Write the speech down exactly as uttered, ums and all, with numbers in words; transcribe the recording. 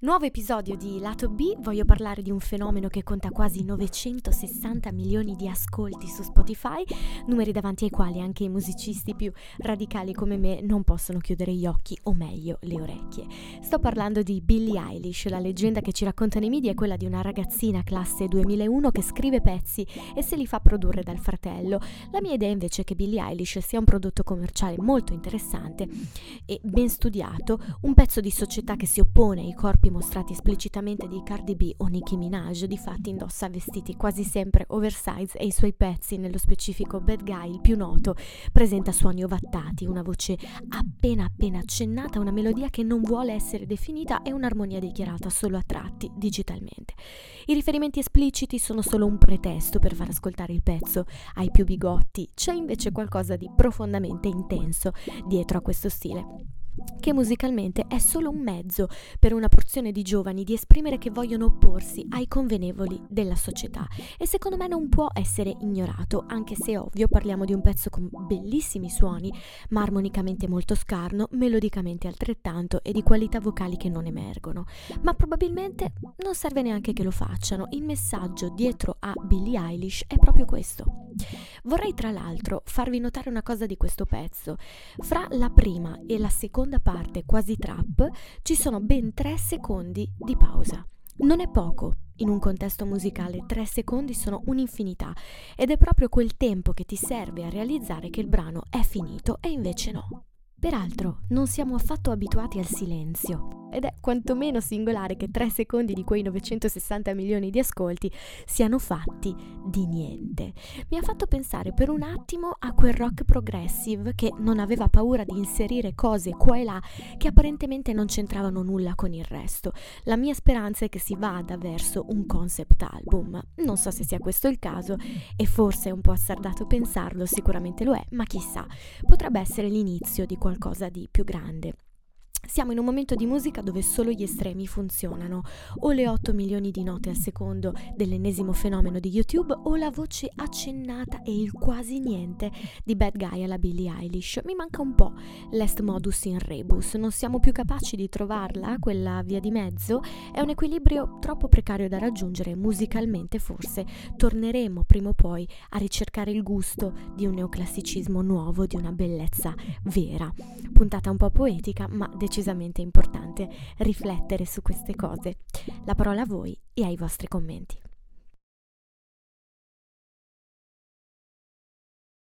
Nuovo episodio di Lato B, voglio parlare di un fenomeno che conta quasi novecentosessanta milioni di ascolti su Spotify, numeri davanti ai quali anche i musicisti più radicali come me non possono chiudere gli occhi, o meglio le orecchie. Sto parlando di Billie Eilish. La leggenda che ci raccontano i media è quella di una ragazzina classe duemilauno che scrive pezzi e se li fa produrre dal fratello. La mia idea invece è che Billie Eilish sia un prodotto commerciale molto interessante e ben studiato, un pezzo di società che si oppone ai corpi mostrati esplicitamente di Cardi B o Nicki Minaj. Difatti indossa vestiti quasi sempre oversize e i suoi pezzi, nello specifico Bad Guy, il più noto, presenta suoni ovattati, una voce appena appena accennata, una melodia che non vuole essere definita e un'armonia dichiarata solo a tratti digitalmente. I riferimenti espliciti sono solo un pretesto per far ascoltare il pezzo ai più bigotti. C'è invece qualcosa di profondamente intenso dietro a questo stile, che musicalmente è solo un mezzo per una porzione di giovani di esprimere che vogliono opporsi ai convenevoli della società e secondo me non può essere ignorato, anche se ovvio parliamo di un pezzo con bellissimi suoni ma armonicamente molto scarno, melodicamente altrettanto e di qualità vocali che non emergono. Ma probabilmente non serve neanche che lo facciano, il messaggio dietro a Billie Eilish è proprio questo. Vorrei tra l'altro farvi notare una cosa di questo pezzo: fra la prima e la seconda parte, quasi trap, ci sono ben tre secondi di pausa. Non è poco in un contesto musicale, tre secondi sono un'infinità ed è proprio quel tempo che ti serve a realizzare che il brano è finito e invece no. Peraltro non siamo affatto abituati al silenzio ed è quantomeno singolare che tre secondi di quei novecentosessanta milioni di ascolti siano fatti di niente. Mi ha fatto pensare per un attimo a quel rock progressive che non aveva paura di inserire cose qua e là che apparentemente non c'entravano nulla con il resto. La mia speranza è che si vada verso un concept album. Non so se sia questo il caso e forse è un po' azzardato pensarlo, sicuramente lo è, ma chissà, potrebbe essere l'inizio di qualcosa di più grande. Siamo in un momento di musica dove solo gli estremi funzionano, o le otto milioni di note al secondo dell'ennesimo fenomeno di YouTube, o la voce accennata e il quasi niente di Bad Guy alla Billie Eilish. Mi manca un po' l'est modus in rebus, non siamo più capaci di trovarla, quella via di mezzo. È un equilibrio troppo precario da raggiungere. Musicalmente forse torneremo prima o poi a ricercare il gusto di un neoclassicismo nuovo, di una bellezza vera. Puntata un po' poetica, ma decisamente importante riflettere su queste cose. La parola a voi e ai vostri commenti.